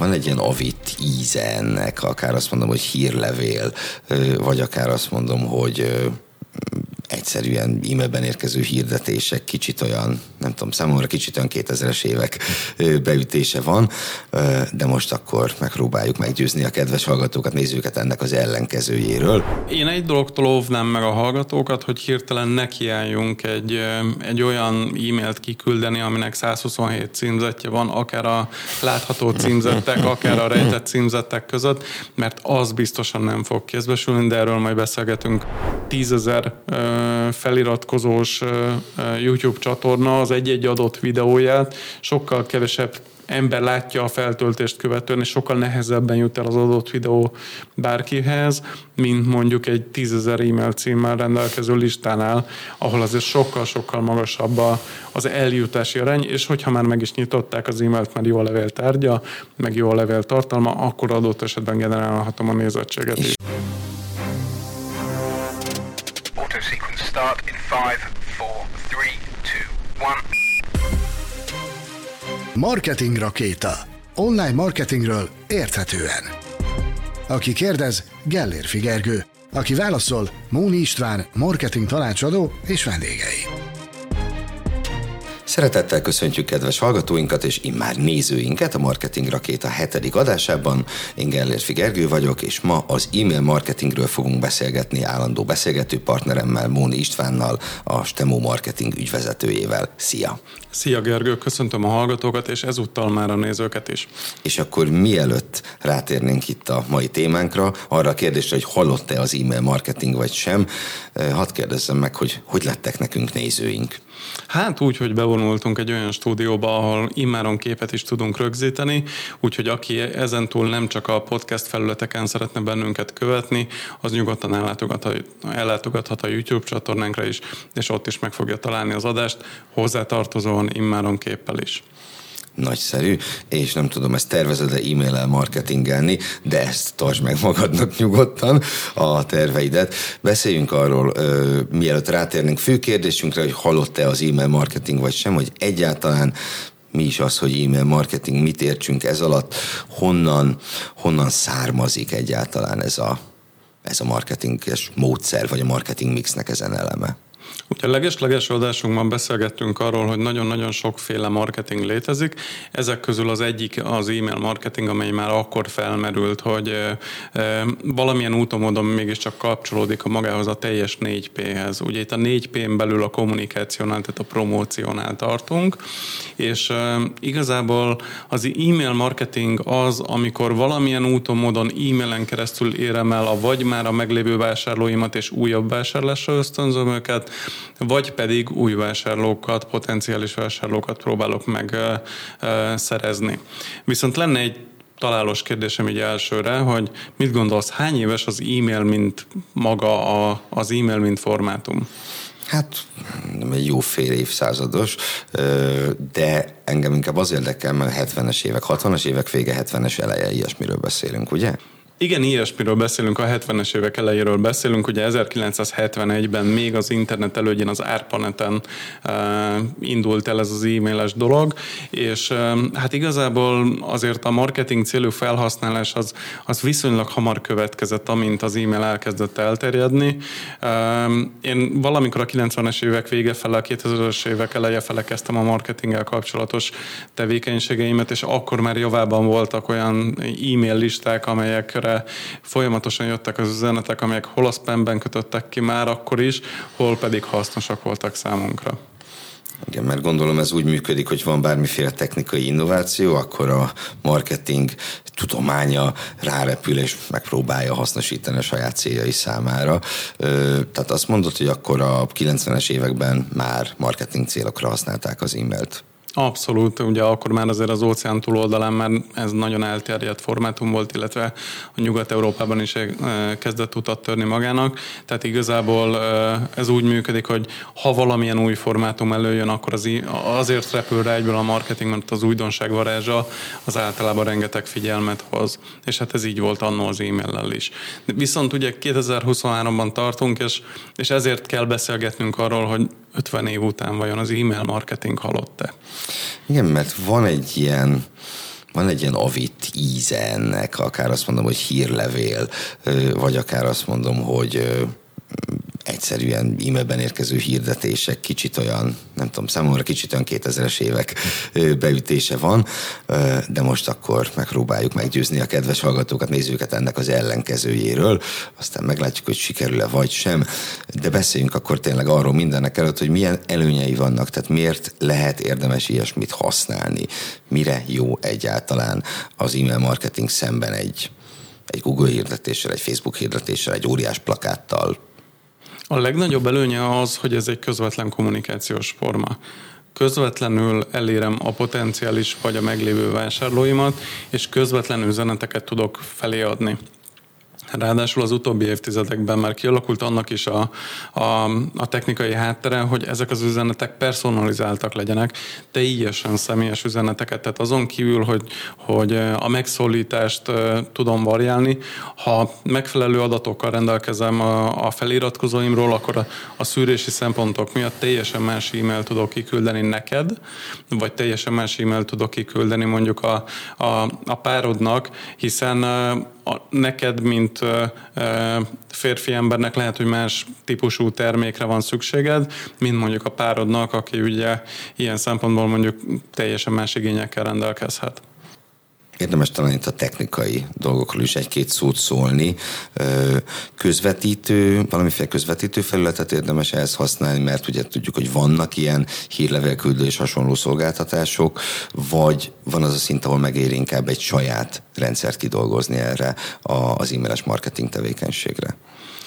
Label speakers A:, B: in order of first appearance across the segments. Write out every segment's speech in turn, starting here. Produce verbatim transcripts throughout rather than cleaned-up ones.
A: van egy ilyen avit íze ennek, akár azt mondom, hogy hírlevél, vagy akár azt mondom, hogy egyszerűen e-mailben érkező hirdetések, kicsit olyan, nem tudom, számomra kicsit olyan kétezres évek beütése van, de most akkor megpróbáljuk meggyőzni a kedves hallgatókat, nézőket ennek az ellenkezőjéről.
B: Én egy dologtól óvnám meg a hallgatókat, hogy hirtelen nekiálljunk egy, egy olyan e-mailt kiküldeni, aminek száz huszonhét címzetje van, akár a látható címzettek, akár a rejtett címzettek között, mert az biztosan nem fog kézbesülni, de erről majd beszélgetünk. tízezer feliratkozós YouTube csatorna az egy-egy adott videóját sokkal kevesebb ember látja a feltöltést követően, és sokkal nehezebben jut el az adott videó bárkihez, mint mondjuk egy tízezer e-mail címmel rendelkező listánál, ahol azért sokkal-sokkal magasabb az eljutási arány, és hogyha már meg is nyitották az e-mailt, mert jó a levél tárgya, meg jó a levél tartalma, akkor adott esetben generálhatom a nézettséget is.
C: Start in five, four, three, two, one.
D: Marketing rakéta. Online marketingről érthetően. Aki kérdez, Gellérfi Gergő. Aki válaszol, Móni István, marketing tanácsadó és vendégei.
A: Szeretettel köszöntjük kedves hallgatóinkat és immár nézőinket a Marketing Rakéta hetedik adásában. Én Gellérfi Gergő vagyok, és ma az e-mail marketingről fogunk beszélgetni állandó beszélgető partneremmel, Móni Istvánnal, a Stemo Marketing ügyvezetőjével. Szia!
B: Szia Gergő, köszöntöm a hallgatókat, és ezúttal már a nézőket is.
A: És akkor mielőtt rátérnénk itt a mai témánkra, arra a kérdésre, hogy hallott-e az e-mail marketing vagy sem, hadd kérdezzem meg, hogy hogy lettek nekünk nézőink.
B: Hát úgy, hogy bevonultunk egy olyan stúdióba, ahol immáron képet is tudunk rögzíteni, úgyhogy aki ezentúl nem csak a podcast felületeken szeretne bennünket követni, az nyugodtan ellátogathat, ellátogathat a YouTube csatornánkra is, és ott is meg fogja találni az adást, hozzátartozóan immáron képpel is.
A: Nagyszerű, és nem tudom, ezt tervezed-e e-mail-el marketingelni, de ezt tartsd meg magadnak nyugodtan, a terveidet. Beszéljünk arról, ö, mielőtt rátérnénk fő kérdésünkre, hogy hallott-e az e-mail marketing vagy sem, hogy egyáltalán mi is az, hogy e-mail marketing, mit értsünk ez alatt, honnan, honnan származik egyáltalán ez a, ez a marketinges módszer, vagy a marketing mixnek ezen eleme.
B: Ugye a leges-leges adásunkban beszélgettünk arról, hogy nagyon-nagyon sokféle marketing létezik. Ezek közül az egyik az e-mail marketing, amely már akkor felmerült, hogy e, e, valamilyen úton módon mégiscsak kapcsolódik a magához a teljes négy P-hez. Ugye itt a négy P-n belül a kommunikációnál, tehát a promóciónál tartunk, és e, igazából az e-mail marketing az, amikor valamilyen úton módon e-mailen keresztül érem el a vagy már a meglévő vásárlóimat és újabb vásárlásra ösztönzöm őket, vagy pedig új vásárlókat, potenciális vásárlókat próbálok meg uh, szerezni. Viszont lenne egy találós kérdésem így elsőre, hogy mit gondolsz, hány éves az e-mail, mint maga a, az e-mail, mint formátum?
A: Hát nem egy jó fél évszázados, de engem inkább az érdekel, mert hetvenes évek, hatvanas évek vége, hetvenes eleje, ilyesmiről beszélünk, ugye?
B: Igen, ilyesmiről beszélünk, a hetvenes évek elejéről beszélünk, ugye ezerkilencszázhetvenegyben még az internet elődjén, az ARPANET-en uh, indult el ez az e-mailes dolog, és uh, hát igazából azért a marketing célú felhasználás az, az viszonylag hamar következett, amint az e-mail elkezdett elterjedni. Uh, én valamikor a kilencvenes évek vége fele, a kétezres évek eleje fele kezdtem a marketinggel kapcsolatos tevékenységeimet, és akkor már javában voltak olyan e-mail listák, amelyek folyamatosan jöttek az üzenetek, amelyek hol a spamben kötöttek ki már akkor is, hol pedig hasznosak voltak számunkra.
A: Igen, mert gondolom ez úgy működik, hogy van bármiféle technikai innováció, akkor a marketing tudománya rárepül és megpróbálja hasznosítani a saját céljai számára. Tehát azt mondod, hogy akkor a kilencvenes években már marketing célokra használták az e-mailt.
B: Abszolút, ugye akkor már azért az óceán túloldalán már ez nagyon elterjedt formátum volt, illetve a Nyugat-Európában is kezdett utat törni magának, tehát igazából ez úgy működik, hogy ha valamilyen új formátum előjön, akkor az, azért repül rá egyből a marketing, mert az újdonság varázsa az általában rengeteg figyelmet hoz, és hát ez így volt annó az e-maillel is. Viszont ugye kétezer-huszonháromban tartunk, és, és ezért kell beszélgetnünk arról, hogy ötven év után vajon az e-mail marketing halott-e?
A: Igen, mert van egy ilyen van egy ilyen avit íze ennek, akár azt mondom, hogy hírlevél, vagy akár azt mondom, hogy egyszerűen e-mailben érkező hirdetések, kicsit olyan, nem tudom, számomra kicsit olyan kétezres évek beütése van, de most akkor megpróbáljuk meggyőzni a kedves hallgatókat, nézőket ennek az ellenkezőjéről, aztán meglátjuk, hogy sikerül-e vagy sem, de beszéljünk akkor tényleg arról mindenek előtt, hogy milyen előnyei vannak, tehát miért lehet érdemes ilyesmit használni, mire jó egyáltalán az e-mail marketing szemben egy, egy Google hirdetéssel, egy Facebook hirdetéssel, egy óriás plakáttal.
B: A legnagyobb előnye az, hogy ez egy közvetlen kommunikációs forma. Közvetlenül elérem a potenciális vagy a meglévő vásárlóimat, és közvetlen üzeneteket tudok felé adni. Ráadásul az utóbbi évtizedekben már kialakult annak is a, a, a technikai háttere, hogy ezek az üzenetek personalizáltak legyenek, teljesen személyes üzeneteket, tehát azon kívül, hogy, hogy a megszólítást tudom variálni, ha megfelelő adatokkal rendelkezem a, a feliratkozóimról, akkor a, a szűrési szempontok miatt teljesen más e-mail tudok kiküldeni neked, vagy teljesen más e-mail tudok kiküldeni mondjuk a, a, a párodnak, hiszen a, neked, mint férfi embernek lehet, hogy más típusú termékre van szükséged, mint mondjuk a párodnak, aki ugye ilyen szempontból mondjuk teljesen más igényekkel rendelkezhet.
A: Érdemes talán itt a technikai dolgokról is egy-két szót szólni. Közvetítő, valamiféle közvetítő felületet érdemes ehhez használni, mert ugye tudjuk, hogy vannak ilyen hírlevélküldő és hasonló szolgáltatások, vagy van az a szint, ahol megér inkább egy saját rendszert kidolgozni erre az e-mailes marketing tevékenységre.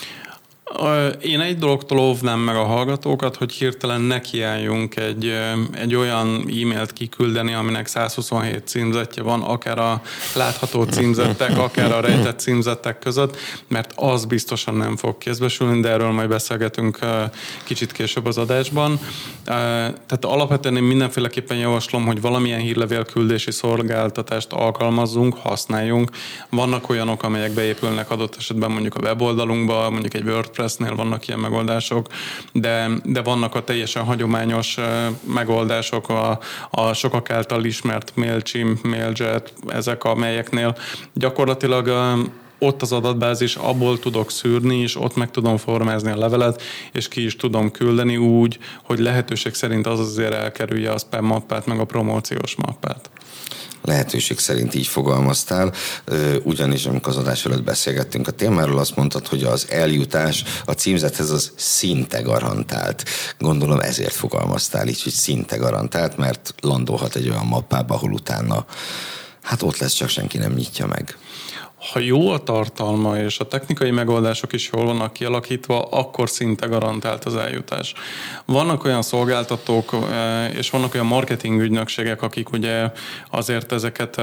B: Én egy dologtól óvnám meg a hallgatókat, hogy hirtelen nekiálljunk egy, egy olyan e-mailt kiküldeni, aminek száz huszonhét címzetje van, akár a látható címzettek, akár a rejtett címzettek között, mert az biztosan nem fog kézbesülni, de erről majd beszélgetünk kicsit később az adásban. Tehát alapvetően én mindenféleképpen javaslom, hogy valamilyen hírlevélküldési szolgáltatást alkalmazzunk, használjunk. Vannak olyanok, amelyek beépülnek adott esetben mondjuk a weboldalunkba, mondjuk egy WordPress-nél vannak ilyen megoldások, de, de vannak a teljesen hagyományos megoldások, a, a sokak által ismert MailChimp, MailJet, ezek, amelyeknél gyakorlatilag ott az adatbázis, abból tudok szűrni, és ott meg tudom formázni a levelet, és ki is tudom küldeni úgy, hogy lehetőség szerint az azért elkerülje a spam mappát, meg a promóciós mappát.
A: Lehetőség szerint így fogalmaztál, ugyanis amikor az adás előtt beszélgettünk a témáról, azt mondtad, hogy az eljutás a címzethez az szinte garantált. Gondolom ezért fogalmaztál így, hogy szinte garantált, mert landolhat egy olyan mappába, ahol utána hát ott lesz, csak senki nem nyitja meg.
B: Ha jó a tartalma és a technikai megoldások is jól vannak kialakítva, akkor szinte garantált az eljutás. Vannak olyan szolgáltatók, és vannak olyan marketing ügynökségek, akik ugye azért ezeket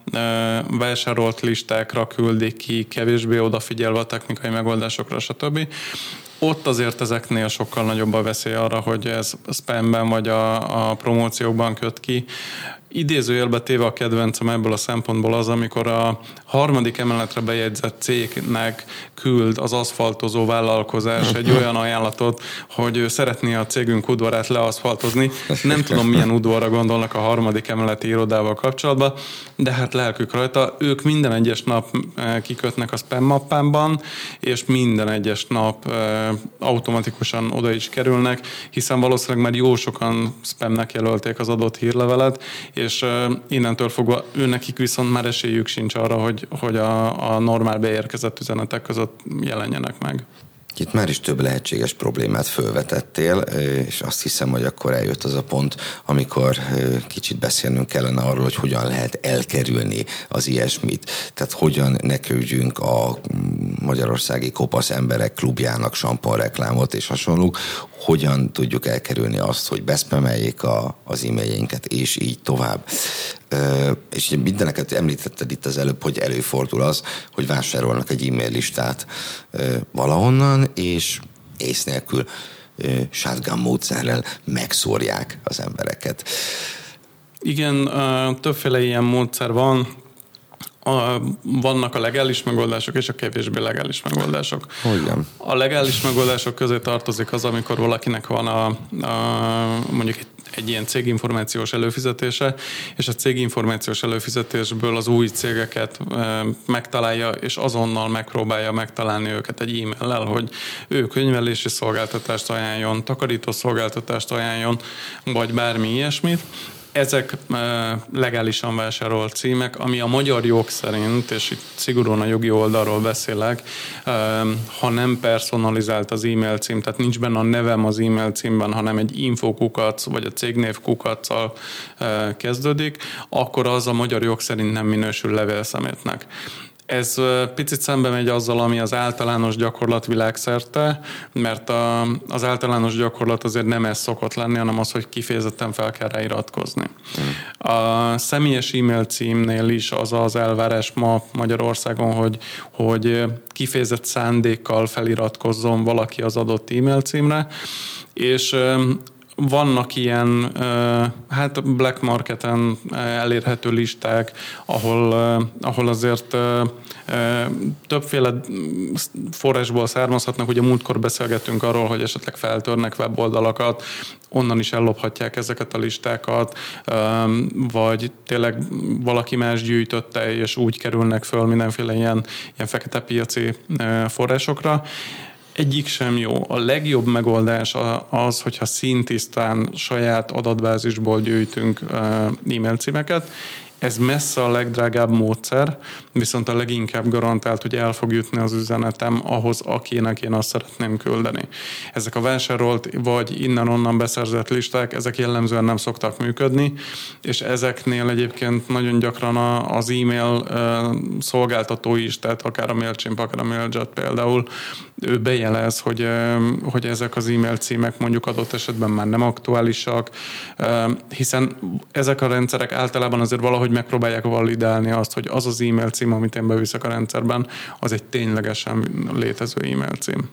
B: vásárolt listákra küldik ki, kevésbé odafigyelve a technikai megoldásokra, stb. Ott azért ezeknél sokkal nagyobb a veszély arra, hogy ez spamben vagy a, a promóciókban köt ki. Idézőjelbe téve a kedvencem ebből a szempontból az, amikor a harmadik emeletre bejegyzett cégnek küld az aszfaltozó vállalkozás egy olyan ajánlatot, hogy szeretné a cégünk udvarát leaszfaltozni. Nem tudom, milyen udvarra gondolnak a harmadik emeleti irodával kapcsolatban, de hát lelkük rajta. Ők minden egyes nap kikötnek a spam mappámban, és minden egyes nap automatikusan oda is kerülnek, hiszen valószínűleg már jó sokan spamnek jelölték az adott hírlevelet, és innentől fogva őnekik viszont már esélyük sincs arra, hogy, hogy a, a normál beérkezett üzenetek között jelenjenek meg.
A: Itt már is több lehetséges problémát fölvetettél, és azt hiszem, hogy akkor eljött az a pont, amikor kicsit beszélnünk kellene arról, hogy hogyan lehet elkerülni az ilyesmit. Tehát hogyan ne küldjünk a magyarországi kopasz emberek klubjának samponreklámot és hasonlók, hogyan tudjuk elkerülni azt, hogy beszpemeljék a, az e-mailjeinket, és így tovább. Ö, és mindeneket említetted itt az előbb, hogy előfordul az, hogy vásárolnak egy e-mail listát ö, valahonnan, és ész nélkül ö, shotgun módszerrel megszórják az embereket.
B: Igen, többféle ilyen módszer van. A, vannak a legális megoldások és a kevésbé legális megoldások.
A: Hogyan?
B: A legális megoldások közé tartozik az, amikor valakinek van a, a mondjuk egy, egy ilyen céginformációs előfizetése, és a céginformációs előfizetésből az új cégeket e, megtalálja, és azonnal megpróbálja megtalálni őket egy e-maillel, hogy ő könyvelési szolgáltatást ajánljon, takarító szolgáltatást ajánljon, vagy bármi ilyesmit. Ezek legálisan vásárolt címek, ami a magyar jog szerint, és itt szigorúan a jogi oldalról beszélek, ha nem personalizált az e-mail cím, tehát nincs benne a nevem az e-mail címben, hanem egy infokukac, vagy a cégnév kukaccal kezdődik, akkor az a magyar jog szerint nem minősül levélszemétnek. Ez picit szembe megy azzal, ami az általános gyakorlat világszerte, mert a, az általános gyakorlat azért nem ez szokott lenni, hanem az, hogy kifejezetten fel kell rá iratkozni. Mm. A személyes e-mail címnél is az az elvárás ma Magyarországon, hogy, hogy kifejezett szándékkal feliratkozzon valaki az adott e-mail címre, és vannak ilyen, hát black marketen elérhető listák, ahol, ahol azért többféle forrásból származhatnak. Ugye múltkor beszélgettünk arról, hogy esetleg feltörnek weboldalakat, onnan is ellophatják ezeket a listákat, vagy tényleg valaki más gyűjtötte, és úgy kerülnek föl mindenféle ilyen, ilyen fekete piaci forrásokra. Egyik sem jó. A legjobb megoldás az, hogyha szintisztán saját adatbázisból gyűjtünk e-mail címeket. Ez messze a legdrágább módszer, viszont a leginkább garantált, hogy el fog jutni az üzenetem ahhoz, akinek én azt szeretném küldeni. Ezek a vásárolt vagy innen-onnan beszerzett listák, ezek jellemzően nem szoktak működni, és ezeknél egyébként nagyon gyakran az e-mail szolgáltató is, tehát akár a Mailchimp, akár a Mailjet például, ő bejelez, hogy, hogy ezek az e-mail címek mondjuk adott esetben már nem aktuálisak, hiszen ezek a rendszerek általában azért valahogy megpróbálják validálni azt, hogy az az e-mail cím, amit én beviszek a rendszerben, az egy ténylegesen létező e-mail cím.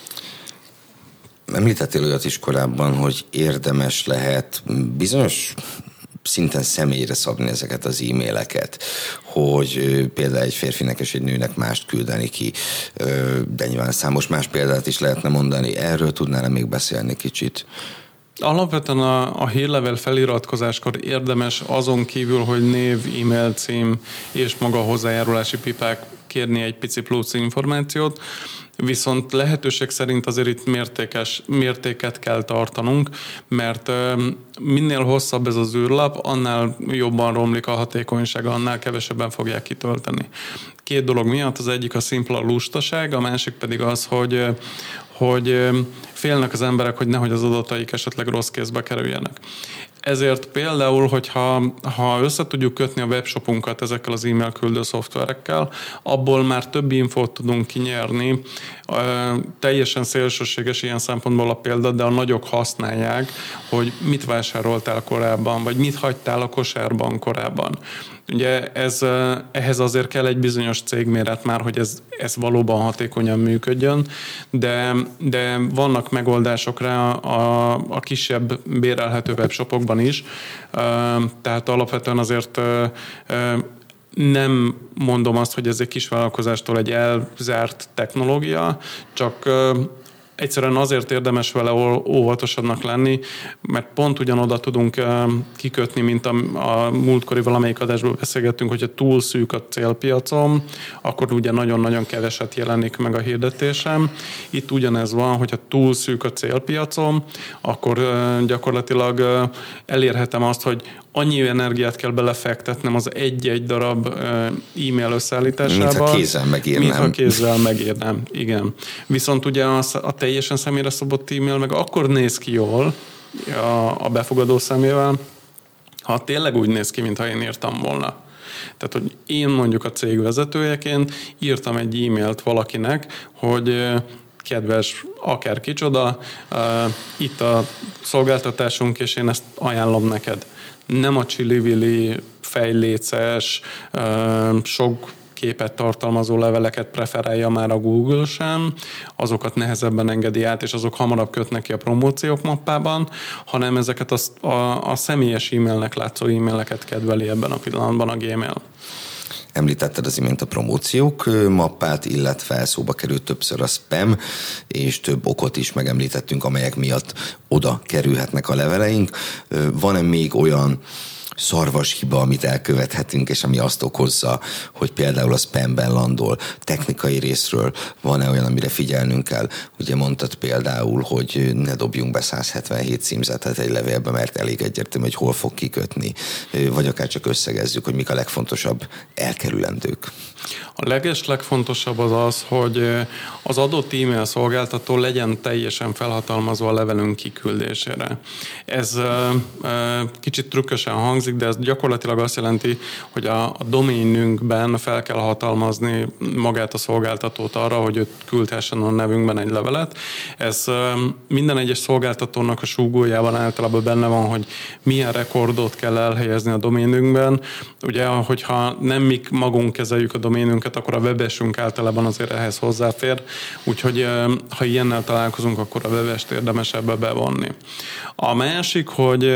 A: Említettél olyat is korábban, hogy érdemes lehet bizonyos szinten személyre szabni ezeket az e-maileket, hogy például egy férfinek és egy nőnek mást küldeni ki, de nyilván számos más példát is lehetne mondani. Erről tudnál még beszélni kicsit?
B: Alapvetően a, a hírlevél feliratkozáskor érdemes azon kívül, hogy név, e-mail cím és maga a hozzájárulási pipák kérni egy pici plusz információt, viszont lehetőség szerint azért itt mértékes, mértéket kell tartanunk, mert minél hosszabb ez az űrlap, annál jobban romlik a hatékonysága, annál kevesebben fogják kitölteni. Két dolog miatt, az egyik a szimpla lustaság, a másik pedig az, hogy, hogy félnek az emberek, hogy nehogy az adataik esetleg rossz kézbe kerüljenek. Ezért például, hogyha ha össze tudjuk kötni a webshopunkat ezekkel az e-mail küldő szoftverekkel, abból már több infót tudunk kinyerni. Teljesen szélsőséges ilyen szempontból a példa, de a nagyok használják, hogy mit vásároltál korábban, vagy mit hagytál a kosárban korábban. Ugye ez, ehhez azért kell egy bizonyos cégméret már, hogy ez, ez valóban hatékonyan működjön, de, de vannak megoldások rá a, a kisebb bérelhető webshopokban is, tehát alapvetően azért nem mondom azt, hogy ez egy kis vállalkozástól egy elzárt technológia, csak egyszerűen azért érdemes vele óvatosabbnak lenni, mert pont ugyanoda tudunk kikötni, mint a, a múltkori valamelyik adásból beszélgettünk, hogyha túl szűk a célpiacom, akkor ugye nagyon-nagyon keveset jelenik meg a hirdetésem. Itt ugyanez van, hogyha túl szűk a célpiacom, akkor gyakorlatilag elérhetem azt, hogy annyi energiát kell belefektetnem az egy-egy darab e-mail összeállításába.
A: Mintha kézzel megírnám.
B: Mintha kézzel megírnám, igen. Viszont ugye a, a teljesen személyre szabott e-mail meg akkor néz ki jól a, a befogadó szemével, ha tényleg úgy néz ki, mintha én írtam volna. Tehát, hogy én mondjuk a cég vezetőjeként írtam egy e-mailt valakinek, hogy kedves akár kicsoda, itt a szolgáltatásunk, és én ezt ajánlom neked. Nem a csili-vili, fejléces, sok képet tartalmazó leveleket preferálja már a Google sem, azokat nehezebben engedi át, és azok hamarabb kötnek ki a promóciók mappában, hanem ezeket a, a, a személyes e-mailnek látszó e-maileket kedveli ebben a pillanatban a Gmail.
A: Említetted az imént a promóciók mappát, illetve szóba került többször a spam, és több okot is megemlítettünk, amelyek miatt oda kerülhetnek a leveleink. Van-e még olyan szarvas hiba, amit elkövethetünk, és ami azt okozza, hogy például a spamben landol? Technikai részről van-e olyan, amire figyelnünk kell? Ugye mondtad például, hogy ne dobjunk be száz hetvenhét címzetet egy levélbe, mert elég egyértelmű, hogy hol fog kikötni, vagy akár csak összegezzük, hogy mik a legfontosabb elkerülendők.
B: A leges legfontosabb az az, hogy az adott e-mail szolgáltató legyen teljesen felhatalmazva a levelünk kiküldésére. Ez kicsit trükkösen hangzik, de ez gyakorlatilag azt jelenti, hogy a, a doménünkben fel kell hatalmazni magát a szolgáltatót arra, hogy ő küldhessen a nevünkben egy levelet. Ez minden egyes szolgáltatónak a súgójában általában benne van, hogy milyen rekordot kell elhelyezni a doménünkben. Ugye, hogyha nem mi magunk kezeljük a doménünket, akkor a webesünk általában azért ehhez hozzáfér. Úgyhogy ha ilyennel találkozunk, akkor a webest érdemes ebbe bevonni. A másik, hogy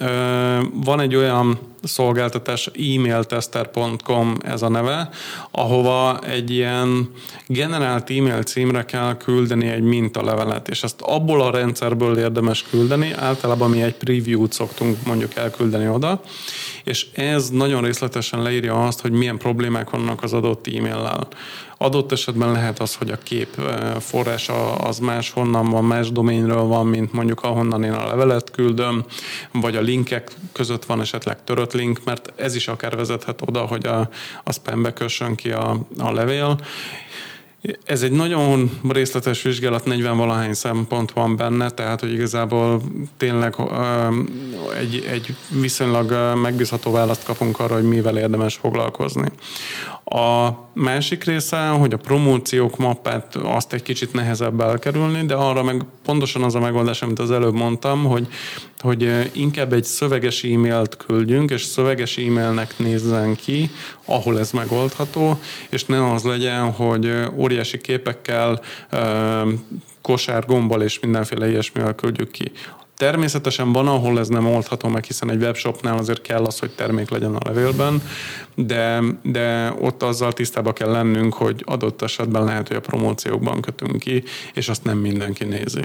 B: van egy olyan szolgáltatás, e mail tester pont com ez a neve, ahova egy ilyen generált e-mail címre kell küldeni egy mintalevelet, és ezt abból a rendszerből érdemes küldeni, általában mi egy preview-t szoktunk mondjuk elküldeni oda, és ez nagyon részletesen leírja azt, hogy milyen problémák vannak az adott e-maillel. Adott esetben lehet az, hogy a kép forrása az más honnan van, más doménről van, mint mondjuk ahonnan én a levelet küldöm, vagy a linkek között van esetleg törött link, mert ez is akár vezethet oda, hogy a, a spambe kössön ki a, a levél. Ez egy nagyon részletes vizsgálat, negyven-valahány szempont van benne, tehát hogy igazából tényleg egy, egy viszonylag megbízható választ kapunk arra, hogy mivel érdemes foglalkozni. A másik része, hogy a promóciók mappát azt egy kicsit nehezebb elkerülni, de arra meg pontosan az a megoldás, amit az előbb mondtam, hogy, hogy inkább egy szöveges e-mailt küldjünk, és szöveges e-mailnek nézzen ki, ahol ez megoldható, és ne az legyen, hogy óriási képekkel, kosárgombbal és mindenféle ilyesmivel küldjük ki. Természetesen van, ahol ez nem oldható meg, hiszen egy webshopnál azért kell az, hogy termék legyen a levélben, de, de ott azzal tisztába kell lennünk, hogy adott esetben lehet, hogy a promóciókban kötünk ki, és azt nem mindenki nézi.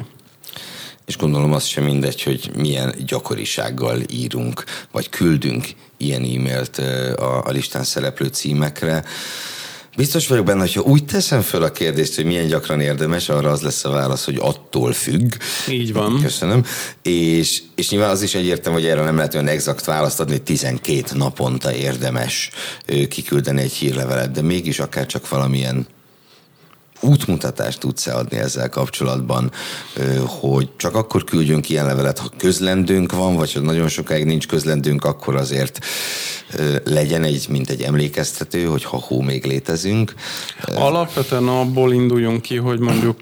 A: És gondolom az sem mindegy, hogy milyen gyakorisággal írunk, vagy küldünk ilyen e-mailt a, a listán szereplő címekre. Biztos vagyok benne, hogyha úgy teszem föl a kérdést, hogy milyen gyakran érdemes, arra az lesz a válasz, hogy attól függ.
B: Így van.
A: Köszönöm. És, és nyilván az is egyértelmű, hogy erre nem lehet olyan exakt választ adni, hogy tizenkét naponta érdemes kiküldeni egy hírlevelet, de mégis akár csak valamilyen útmutatást tudsz-e adni ezzel kapcsolatban, hogy csak akkor küldjünk ilyen levelet, ha közlendőnk van, vagy ha nagyon sokáig nincs közlendőnk, akkor azért legyen egy, mint egy emlékeztető, hogy ha hó még létezünk.
B: Alapvetően abból induljunk ki, hogy mondjuk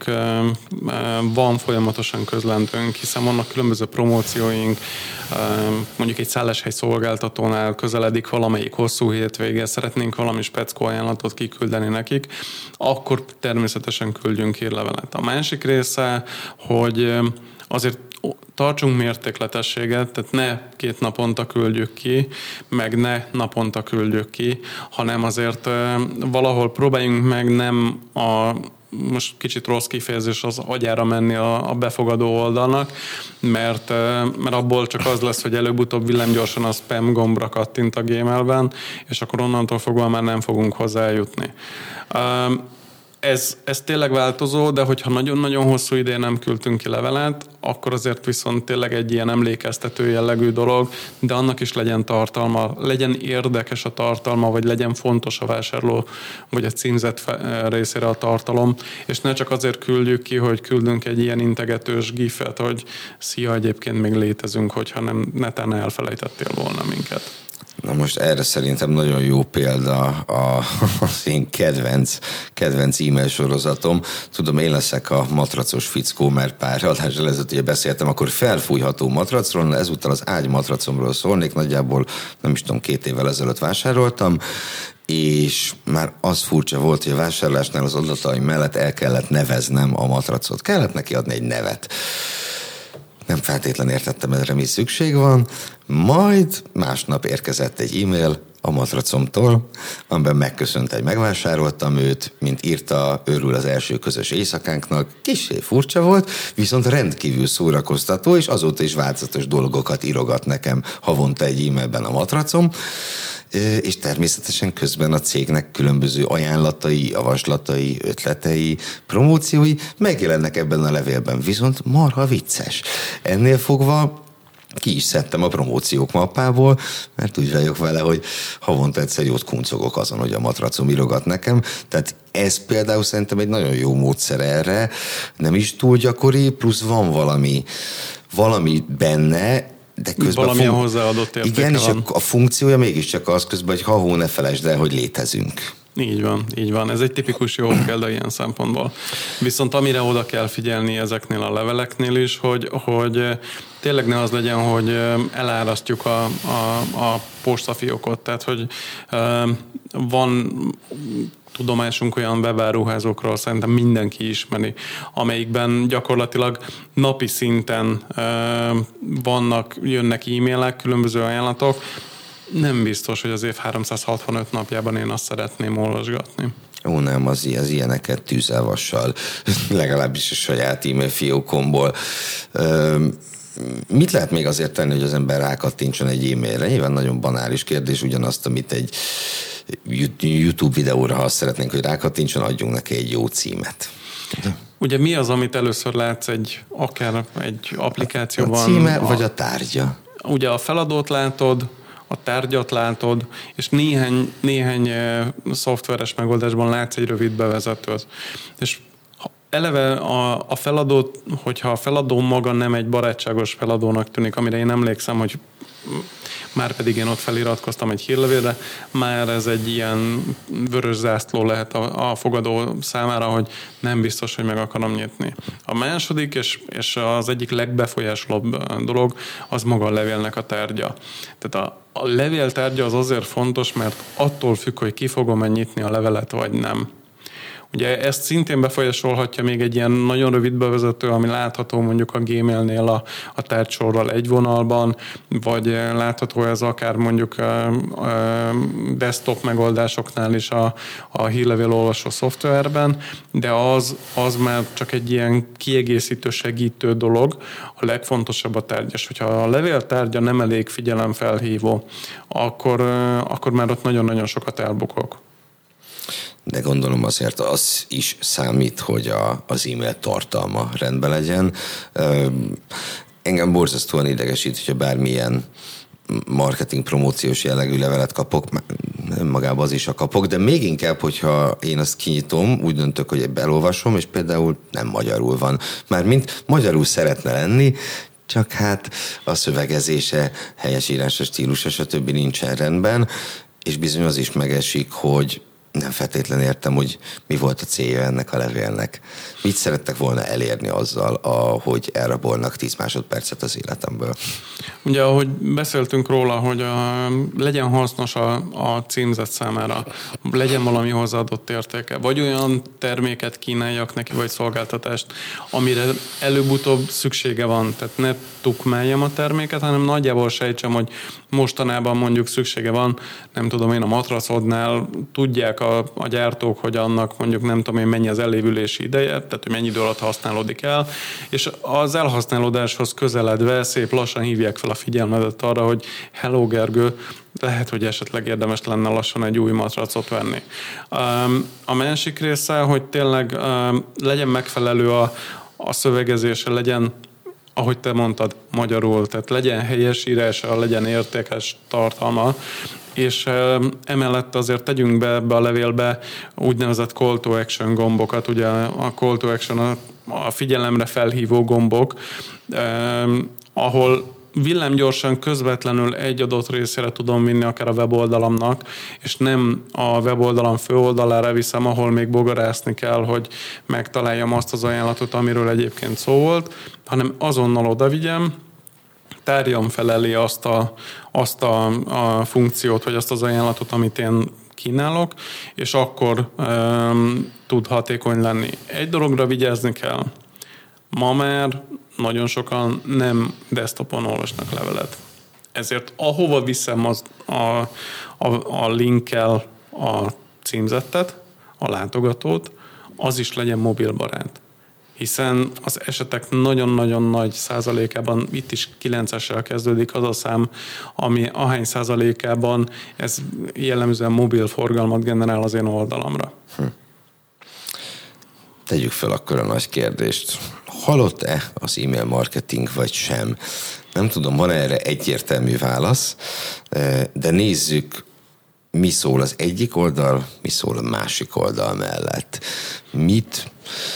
B: van folyamatosan közlendőnk, hiszen vannak különböző promócióink, mondjuk egy szálláshely szolgáltatónál közeledik valamelyik hosszú hétvége, szeretnénk valami speckó ajánlatot kiküldeni nekik, akkor természetesen küldjünk hírlevelet. A másik része, hogy azért tartsunk mértékletességet, tehát ne két naponta küldjük ki, meg ne naponta küldjük ki, hanem azért valahol próbáljunk meg nem a most kicsit rossz kifejezés az agyára menni a, a befogadó oldalnak, mert, mert abból csak az lesz, hogy előbb-utóbb villámgyorsan a spam gombra kattint a Gmailben, és akkor onnantól fogva már nem fogunk hozzájutni. Ez, ez tényleg változó, de hogyha nagyon-nagyon hosszú ideje nem küldtünk ki levelet, akkor azért viszont tényleg egy ilyen emlékeztető jellegű dolog, de annak is legyen tartalma, legyen érdekes a tartalma, vagy legyen fontos a vásárló, vagy a címzet részére a tartalom, és ne csak azért küldjük ki, hogy küldünk egy ilyen integetős gifet, hogy szia, egyébként még létezünk, hogyha nem netán elfelejtettél volna minket.
A: Na most erre szerintem nagyon jó példa a, az én kedvenc, kedvenc e-mail sorozatom. Tudom, én leszek a matracos fickó, mert pár adással ezelőtt ugye beszéltem, akkor felfújható matracról, ezúttal az ágy matracomról szólnék, nagyjából nem is tudom, két évvel ezelőtt vásároltam, és már az furcsa volt, hogy a vásárlásnál az adataim mellett el kellett neveznem a matracot. Kellett neki adni egy nevet. Nem feltétlenül értettem, erre mi szükség van. Majd másnap érkezett egy e-mail, a matracomtól, amiben megköszönt, hogy megvásároltam őt, mint írta, örül az első közös éjszakánknak. Kissé furcsa volt, viszont rendkívül szórakoztató, és azóta is változatos dolgokat írogat nekem havonta egy e-mailben a matracom, és természetesen közben a cégnek különböző ajánlatai, javaslatai, ötletei, promóciói megjelennek ebben a levélben, viszont marha vicces. Ennél fogva ki is szedtem a promóciók mappából, mert úgy vagyok vele, hogy havonta egyszer jót kuncogok azon, hogy a matracom írogat nekem. Tehát ez például szerintem egy nagyon jó módszer erre, nem is túl gyakori, plusz van valami, valami benne, de közben
B: valamilyen
A: fun-
B: hozzáadott értéke
A: igen,
B: van.
A: és a, a funkciója mégiscsak az közben, hogy ha hó, ne felejtsd el, hogy létezünk.
B: Így van, így van. Ez egy tipikus jó példa ilyen szempontból. Viszont amire oda kell figyelni ezeknél a leveleknél is, hogy, hogy tényleg ne az legyen, hogy elárasztjuk a, a, a postafiókot. Tehát, hogy van tudomásunk olyan webáruházókról, szerintem mindenki ismeri, amelyikben gyakorlatilag napi szinten vannak, jönnek e-mailek, különböző ajánlatok. Nem biztos, hogy az év háromszázhatvanöt napjában én azt szeretném olvasgatni.
A: Ó, nem, az, az ilyeneket tűzelvassal, legalábbis a saját e-mail fiókomból. Üm, mit lehet még azért tenni, hogy az ember rákattintson egy e-mailre? Nyilván nagyon banális kérdés, ugyanazt, amit egy YouTube videóra, ha azt szeretnénk, hogy rákattintson, adjunk neki egy jó címet. De...
B: Ugye mi az, amit először látsz egy, akár egy applikációban?
A: A címe vagy a tárgya?
B: Ugye a feladót látod, a tárgyat látod, és néhány, néhány szoftveres megoldásban látsz egy rövid bevezetőt. És eleve a, a feladó, hogyha a feladó maga nem egy barátságos feladónak tűnik, amire én emlékszem, hogy már pedig én ott feliratkoztam egy hírlevélre, már ez egy ilyen vörös zászló lehet a, a fogadó számára, hogy nem biztos, hogy meg akarom nyitni. A második, és, és az egyik legbefolyásolóbb dolog, az maga a levélnek a tárgya. Tehát a, a levél tárgya az azért fontos, mert attól függ, hogy ki fogom-e nyitni a levelet, vagy nem. Ugye ezt szintén befolyásolhatja még egy ilyen nagyon rövid bevezető, ami látható mondjuk a Gmailnél a, a tárgysorral egy vonalban, vagy látható ez akár mondjuk a, a desktop megoldásoknál is a, a hírlevél olvasó szoftverben, de az, az már csak egy ilyen kiegészítő, segítő dolog. A legfontosabb a tárgyas. Hogyha a levél tárgya nem elég figyelemfelhívó, akkor, akkor már ott nagyon-nagyon sokat elbukok.
A: De gondolom azért az is számít, hogy a, az e-mail tartalma rendben legyen. Engem borzasztóan idegesít, hogyha bármilyen marketing promóciós jellegű levelet kapok, magában az is a kapok, de még inkább, hogyha én azt kinyitom, úgy döntök, hogy elolvasom, és például nem magyarul van. Mármint magyarul szeretne lenni, csak hát a szövegezése, helyesírása, stílusa, stb. Nincsen rendben, és bizony az is megesik, hogy nem feltétlenül értem, hogy mi volt a célja ennek a levélnek. Mit szerettek volna elérni azzal, ahogy elrabolnak tíz másodpercet az életemből?
B: Ugye, ahogy beszéltünk róla, hogy a, legyen hasznos a, a címzet számára, legyen valami hozzáadott értéke, vagy olyan terméket kínáljak neki, vagy szolgáltatást, amire előbb-utóbb szüksége van. Tehát ne tukmáljam a terméket, hanem nagyjából sejtsem, hogy mostanában mondjuk szüksége van, nem tudom én, a matracodnál tudják a, a gyártók, hogy annak mondjuk nem tudom én mennyi az elévülési ideje, tehát hogy mennyi idő alatt használódik el, és az elhasználódáshoz közeledve szép lassan hívják fel a figyelmedet arra, hogy hello Gergő, lehet, hogy esetleg érdemes lenne lassan egy új matracot venni. A másik része, hogy tényleg legyen megfelelő a, a szövegezése, legyen, ahogy te mondtad, magyarul, tehát legyen helyes írása, legyen értékes tartalma, és emellett azért tegyünk be ebbe a levélbe úgynevezett call to action gombokat, ugye a call to action a, a figyelemre felhívó gombok, eh, ahol villámgyorsan közvetlenül egy adott részére tudom vinni akár a weboldalamnak, és nem a weboldalam főoldalára viszem, ahol még bogarászni kell, hogy megtaláljam azt az ajánlatot, amiről egyébként szó volt, hanem azonnal oda vigyem, tárjam fel elé azt, a, azt a, a funkciót, vagy azt az ajánlatot, amit én kínálok, és akkor um, tud hatékony lenni. Egy dologra vigyázni kell. Ma már nagyon sokan nem desktopon olvasnak levelet. Ezért ahova viszem az, a, a, a linkkel a címzettet, a látogatót, az is legyen mobilbarát. Hiszen az esetek nagyon-nagyon nagy százalékában, itt is kilencessel kezdődik az a szám, ami ahány százalékában ez jellemzően mobil forgalmat generál az én oldalamra. Hm.
A: Tegyük fel akkor a nagy kérdést. Halott-e az e-mail marketing, vagy sem? Nem tudom, van erre egyértelmű válasz, de nézzük, mi szól az egyik oldal, mi szól a másik oldal mellett. Mit,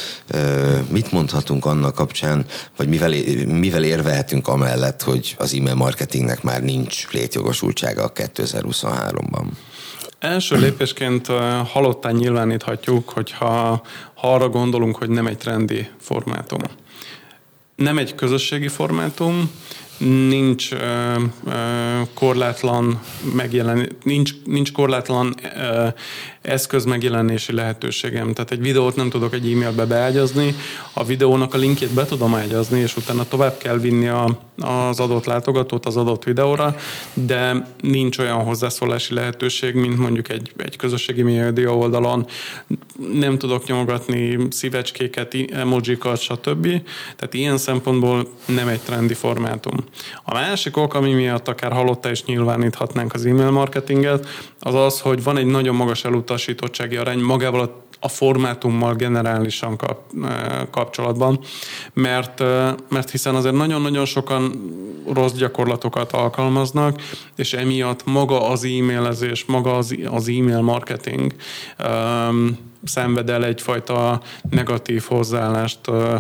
A: mit mondhatunk annak kapcsán, vagy mivel, mivel érvelhetünk amellett, hogy az e-mail marketingnek már nincs létjogosultsága a kétezer-huszonháromban?
B: Első lépésként halottán nyilváníthatjuk, hogyha ha arra gondolunk, hogy nem egy trendi formátum. Nem egy közösségi formátum, nincs uh, uh, korlátlan megjelenés, nincs, nincs korlátlan uh, eszköz megjelenési lehetőségem. Tehát egy videót nem tudok egy e-mailbe beágyazni, a videónak a linkjét be tudom ágyazni, és utána tovább kell vinni a, az adott látogatót az adott videóra, de nincs olyan hozzászólási lehetőség, mint mondjuk egy, egy közösségi média oldalon. Nem tudok nyomogatni szívecskéket, emojikat, stb. Tehát ilyen szempontból nem egy trendi formátum. A másik ok, ami miatt akár halottá is nyilváníthatnánk az e-mail marketinget, az az, hogy van egy nagyon magas elutasítottsági arány magával a a formátummal generálisan kap, kapcsolatban, mert, mert hiszen azért nagyon-nagyon sokan rossz gyakorlatokat alkalmaznak, és emiatt maga az e-mailezés, maga az, az e-mail marketing um, szenved el egyfajta negatív hozzáállást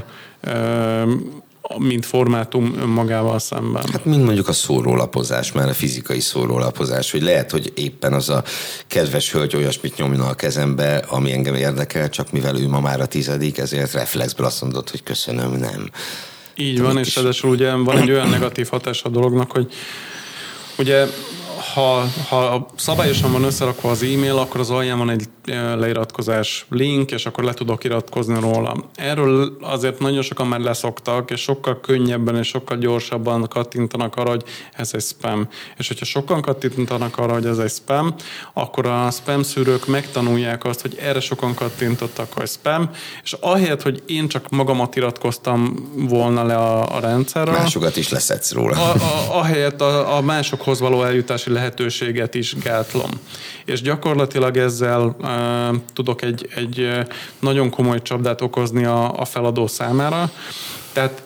B: um, mint formátum önmagával szemben.
A: Hát mind mondjuk a szórólapozás, már a fizikai szórólapozás, hogy lehet, hogy éppen az a kedves hölgy olyasmit nyomna a kezembe, ami engem érdekel, csak mivel ő ma már a tizedik, ezért reflexből azt mondott, hogy köszönöm, nem.
B: Így Te van, és ráadásul ugye van egy olyan negatív hatás a dolognak, hogy ugye Ha, ha szabályosan van összerakva az e-mail, akkor az alján van egy leiratkozás link, és akkor le tudok iratkozni róla. Erről azért nagyon sokan már leszoktak, és sokkal könnyebben és sokkal gyorsabban kattintanak arra, hogy ez egy spam. És hogyha sokan kattintanak arra, hogy ez egy spam, akkor a spam szűrők megtanulják azt, hogy erre sokan kattintottak, hogy spam, és ahelyett, hogy én csak magamat iratkoztam volna le a, a rendszerre.
A: Másokat is leszedsz róla.
B: A, a, ahelyett a, a másokhoz való eljutási lehetőséget is gátlom. És gyakorlatilag ezzel uh, tudok egy, egy nagyon komoly csapdát okozni a, a feladó számára. Tehát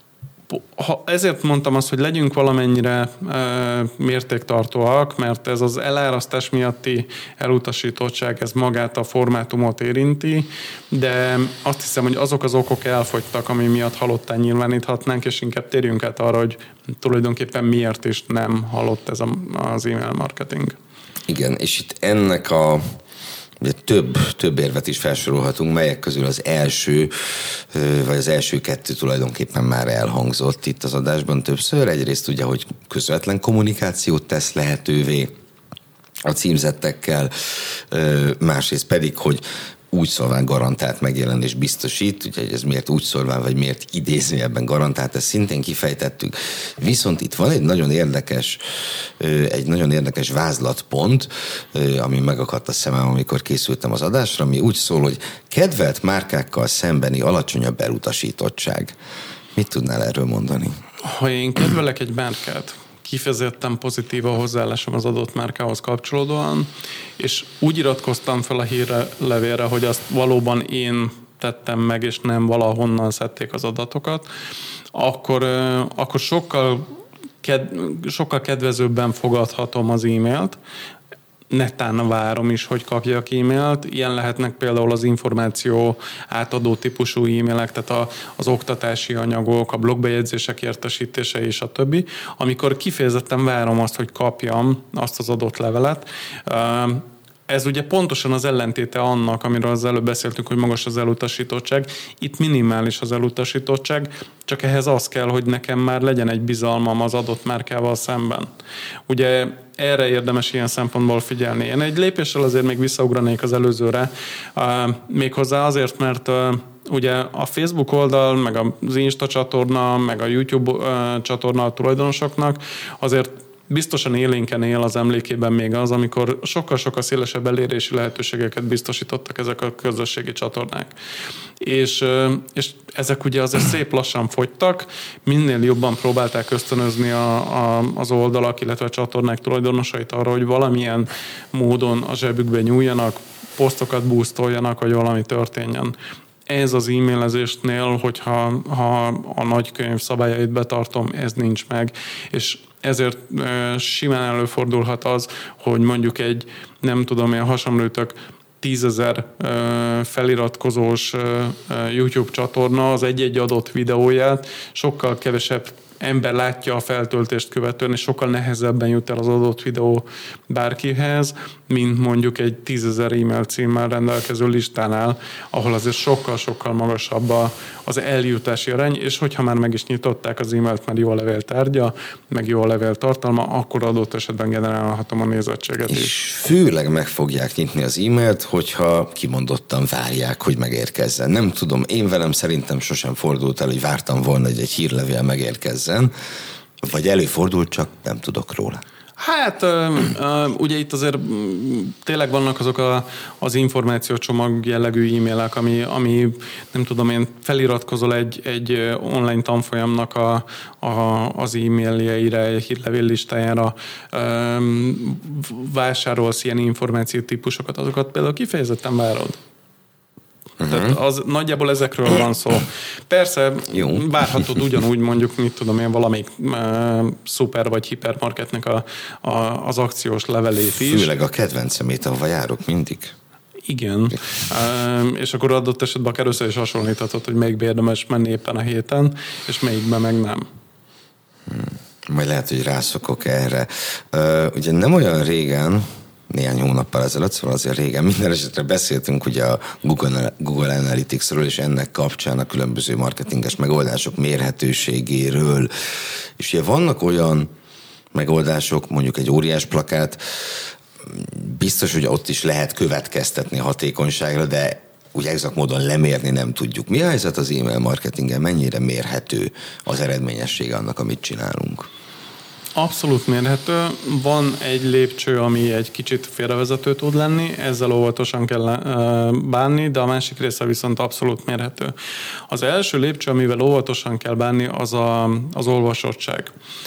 B: ha ezért mondtam azt, hogy legyünk valamennyire uh, mértéktartóak, mert ez az elárasztás miatti elutasítottság, ez magát a formátumot érinti, de azt hiszem, hogy azok az okok elfogytak, ami miatt halottán nyilváníthatnánk, és inkább térjünk át arra, hogy tulajdonképpen miért is nem halott ez a, az e-mail marketing.
A: Igen, és itt ennek a ugye több, több érvet is felsorolhatunk, melyek közül az első, vagy az első kettő tulajdonképpen már elhangzott itt az adásban többször. Egyrészt ugye, hogy közvetlen kommunikációt tesz lehetővé a címzettekkel, másrészt pedig, hogy úgy szólván garantált megjelenés biztosít, úgyhogy ez miért úgy szólván, vagy miért idézőjelben garantált, ezt szintén kifejtettük. Viszont itt van egy nagyon érdekes, egy nagyon érdekes vázlatpont, ami megakadt a szemem, amikor készültem az adásra, ami úgy szól, hogy kedvelt márkákkal szembeni alacsonyabb elutasítottság. Mit tudnál erről mondani?
B: Ha én kedvelek egy márkát, kifejezetten pozitív a hozzáállásom az adott márkához kapcsolódóan, és úgy iratkoztam fel a hírlevélre, hogy azt valóban én tettem meg, és nem valahonnan szedték az adatokat, akkor, akkor sokkal, ked, sokkal kedvezőbben fogadhatom az e-mailt, netán várom is, hogy kapjak e-mailt. Ilyen lehetnek például az információ átadó típusú e-mailek, tehát a, az oktatási anyagok, a blogbejegyzések értesítése és a többi, amikor kifejezetten várom azt, hogy kapjam azt az adott levelet. Ez ugye pontosan az ellentéte annak, amiről az előbb beszéltünk, hogy magas az elutasítottság. Itt minimális az elutasítottság, csak ehhez az kell, hogy nekem már legyen egy bizalmam az adott márkával szemben. Ugye erre érdemes ilyen szempontból figyelni. Én egy lépéssel azért még visszaugranék az előzőre, méghozzá azért, mert ugye a Facebook oldal, meg az Insta csatorna, meg a YouTube csatorna a tulajdonosoknak azért biztosan élénken él az emlékében még az, amikor sokkal-sokkal szélesebb elérési lehetőségeket biztosítottak ezek a közösségi csatornák. És, és ezek ugye azért szép lassan fogytak, minél jobban próbálták ösztönözni a, a, az oldalak, illetve a csatornák tulajdonosait arra, hogy valamilyen módon a zsebükbe nyúljanak, posztokat boostoljanak, vagy valami történjen. Ez az e-mailezésnél, hogyha ha a nagykönyv szabályait betartom, ez nincs meg, és ezért e, simán előfordulhat az, hogy mondjuk egy, nem tudom, én hasonlítok, tízezer e, feliratkozós e, YouTube csatorna az egy-egy adott videóját sokkal kevesebb ember látja a feltöltést követően, és sokkal nehezebben jut el az adott videó bárkihez, mint mondjuk egy tízezer e-mail címmel rendelkező listánál, ahol azért sokkal-sokkal magasabb az eljutási arány, és hogyha már meg is nyitották az e-mailt, mert jó a levél tárgya, meg jó a levél tartalma, akkor adott esetben generálhatom a nézettséget is.
A: És főleg meg fogják nyitni az e-mailt, hogyha kimondottan várják, hogy megérkezzen. Nem tudom, én velem szerintem sosem fordult el, hogy vártam volna, hogy egy hírlevél megérkezzen, vagy előfordult, csak nem tudok róla.
B: Hát ugye itt azért tényleg vannak azok a, az információcsomag jellegű e-mailek, ami, ami nem tudom én, feliratkozol egy, egy online tanfolyamnak a, a, az e-mailjeire, egy hírlevél listájára, vásárolsz ilyen információtípusokat, azokat például kifejezetten várod. Uh-huh. Tehát az, nagyjából ezekről van szó. Persze jó. Várhatod ugyanúgy mondjuk, mit tudom én, valamelyik uh, szuper vagy hipermarketnek a, a, az akciós levelét is.
A: Főleg a kedvencemét, ahova járok mindig.
B: Igen. Uh, és akkor adott esetben akár össze is hasonlíthatod, hogy melyikbe érdemes menni éppen a héten, és melyikbe meg nem.
A: Hmm. Majd lehet, hogy rászokok erre. Uh, ugye nem olyan régen, néhány hónappal ezelőtt, szóval azért régen minden esetre beszéltünk ugye a Google, Google Analyticsről, és ennek kapcsán a különböző marketinges megoldások mérhetőségéről. És ugye vannak olyan megoldások, mondjuk egy óriás plakát, biztos, hogy ott is lehet következtetni a hatékonyságra, de úgy exakt módon lemérni nem tudjuk. Mi a helyzet az e-mail marketingen? Mennyire mérhető az eredményessége annak, amit csinálunk?
B: Abszolút mérhető. Van egy lépcső, ami egy kicsit félrevezető tud lenni, ezzel óvatosan kell bánni, de a másik része viszont abszolút mérhető. Az első lépcső, amivel óvatosan kell bánni, az a, az olvasottság.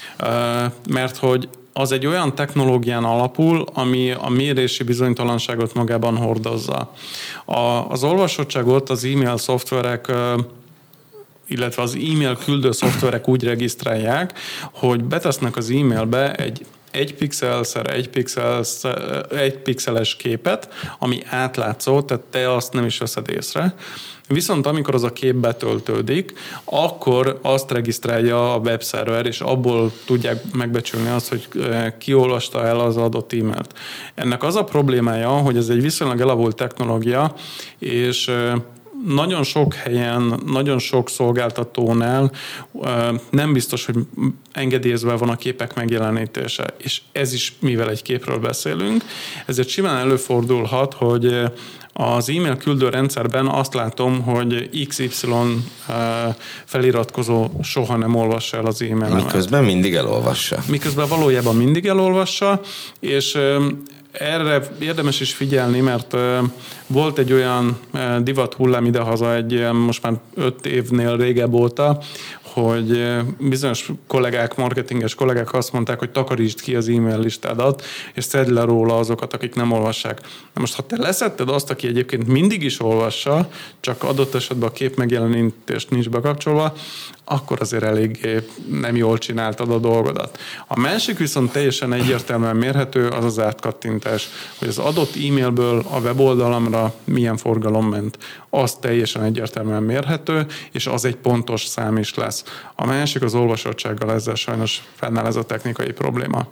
B: Mert hogy az egy olyan technológián alapul, ami a mérési bizonytalanságot magában hordozza. A, az olvasottságot az e-mail szoftverek illetve az e-mail küldő szoftverek úgy regisztrálják, hogy betesznek az e-mailbe egy egy pixelszer egy, pixel, egy pixeles képet, ami átlátszó, tehát te azt nem is veszed észre. Viszont amikor az a kép betöltődik, akkor azt regisztrálja a webszerver, és abból tudják megbecsülni azt, hogy ki olvasta el az adott e-mailt. Ennek az a problémája, hogy ez egy viszonylag elavult technológia, és nagyon sok helyen, nagyon sok szolgáltatónál nem biztos, hogy engedélyezve van a képek megjelenítése. És ez is, mivel egy képről beszélünk, ezért simán előfordulhat, hogy az e-mail küldő rendszerben azt látom, hogy iksz ipszilon feliratkozó soha nem olvassa el az e-mailemet.
A: Miközben mindig elolvassa.
B: Miközben valójában mindig elolvassa, és erre érdemes is figyelni, mert uh, volt egy olyan uh, divat hullám idehaza egy uh, most már öt évnél régebb óta, hogy uh, bizonyos kollégák, marketinges kollégák azt mondták, hogy takarítsd ki az e-mail listádat, és szedd le róla azokat, akik nem olvassák. Na most, ha te leszedted azt, aki egyébként mindig is olvassa, csak adott esetben a kép megjelenítést nincs bekapcsolva, akkor azért eléggé nem jól csináltad a dolgodat. A másik viszont teljesen egyértelműen mérhető, az az átkattintás, hogy az adott e-mailből a weboldalamra milyen forgalom ment. Az teljesen egyértelműen mérhető, és az egy pontos szám is lesz. A másik az olvasottsággal, ezzel sajnos fennáll ez a technikai probléma.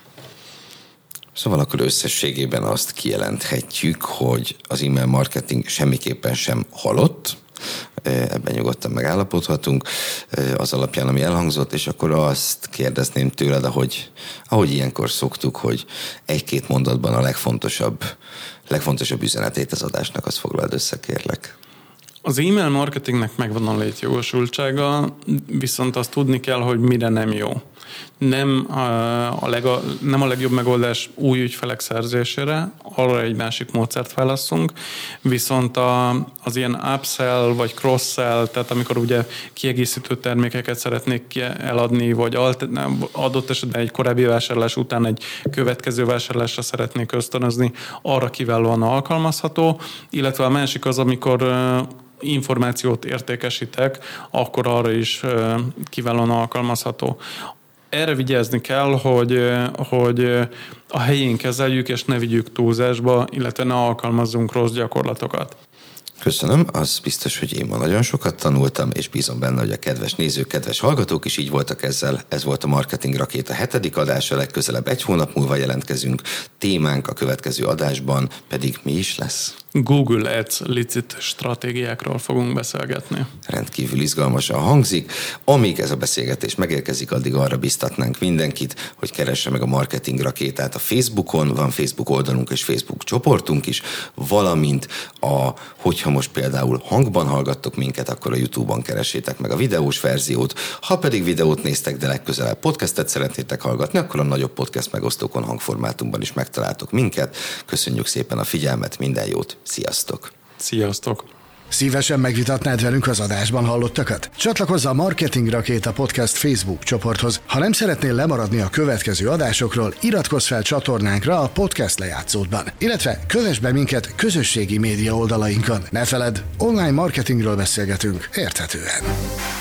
A: Szóval akkor összességében azt kijelenthetjük, hogy az e-mail marketing semmiképpen sem halott, ebben nyugodtan megállapodhatunk az alapján, ami elhangzott, és akkor azt kérdezném tőled, ahogy, ahogy ilyenkor szoktuk, hogy egy-két mondatban a legfontosabb, legfontosabb üzenetét az adásnak, azt foglald össze, kérlek.
B: Az e-mail marketingnek megvan a létjogosultsága, viszont azt tudni kell, hogy mire nem jó. Nem a, lega, nem a legjobb megoldás új ügyfelek szerzésére, arra egy másik módszert válasszunk, viszont a, az ilyen upsell vagy cross-sell, tehát amikor ugye kiegészítő termékeket szeretnék eladni, vagy adott esetben egy korábbi vásárlás után egy következő vásárlásra szeretnék ösztönözni, arra kiválóan alkalmazható, illetve a másik az, amikor információt értékesítek, akkor arra is kiválóan alkalmazható. Erre vigyázni kell, hogy, hogy a helyén kezeljük, és ne vigyük túlzásba, illetve ne alkalmazzunk rossz gyakorlatokat.
A: Köszönöm, az biztos, hogy én ma nagyon sokat tanultam, és bízom benne, hogy a kedves nézők, kedves hallgatók is így voltak ezzel. Ez volt a Marketing Rakéta hetedik adása, legközelebb egy hónap múlva jelentkezünk. Témánk a következő adásban pedig mi is lesz?
B: Google Ads licit stratégiákról fogunk beszélgetni.
A: Rendkívül izgalmasan hangzik. Amíg ez a beszélgetés megérkezik, addig arra biztatnánk mindenkit, hogy keresse meg a Marketing Rakétát a Facebookon, van Facebook oldalunk és Facebook csoportunk is, valamint a, hogyha most például hangban hallgattok minket, akkor a YouTube-on keresétek meg a videós verziót, ha pedig videót néztek, de legközelebb podcastet szeretnétek hallgatni, akkor a nagyobb podcast megosztókon hangformátumban is megtaláltok minket. Köszönjük szépen a figyelmet, minden jót! Sziasztok!
B: Sziasztok!
D: Szívesen megvitatnád velünk az adásban hallottakat? Csatlakozz a Marketing Rakéta Podcast Facebook csoporthoz. Ha nem szeretnél lemaradni a következő adásokról, iratkozz fel csatornánkra a podcast lejátszódban, illetve kövess be minket közösségi média oldalainkon. Ne feledd, online marketingről beszélgetünk érthetően.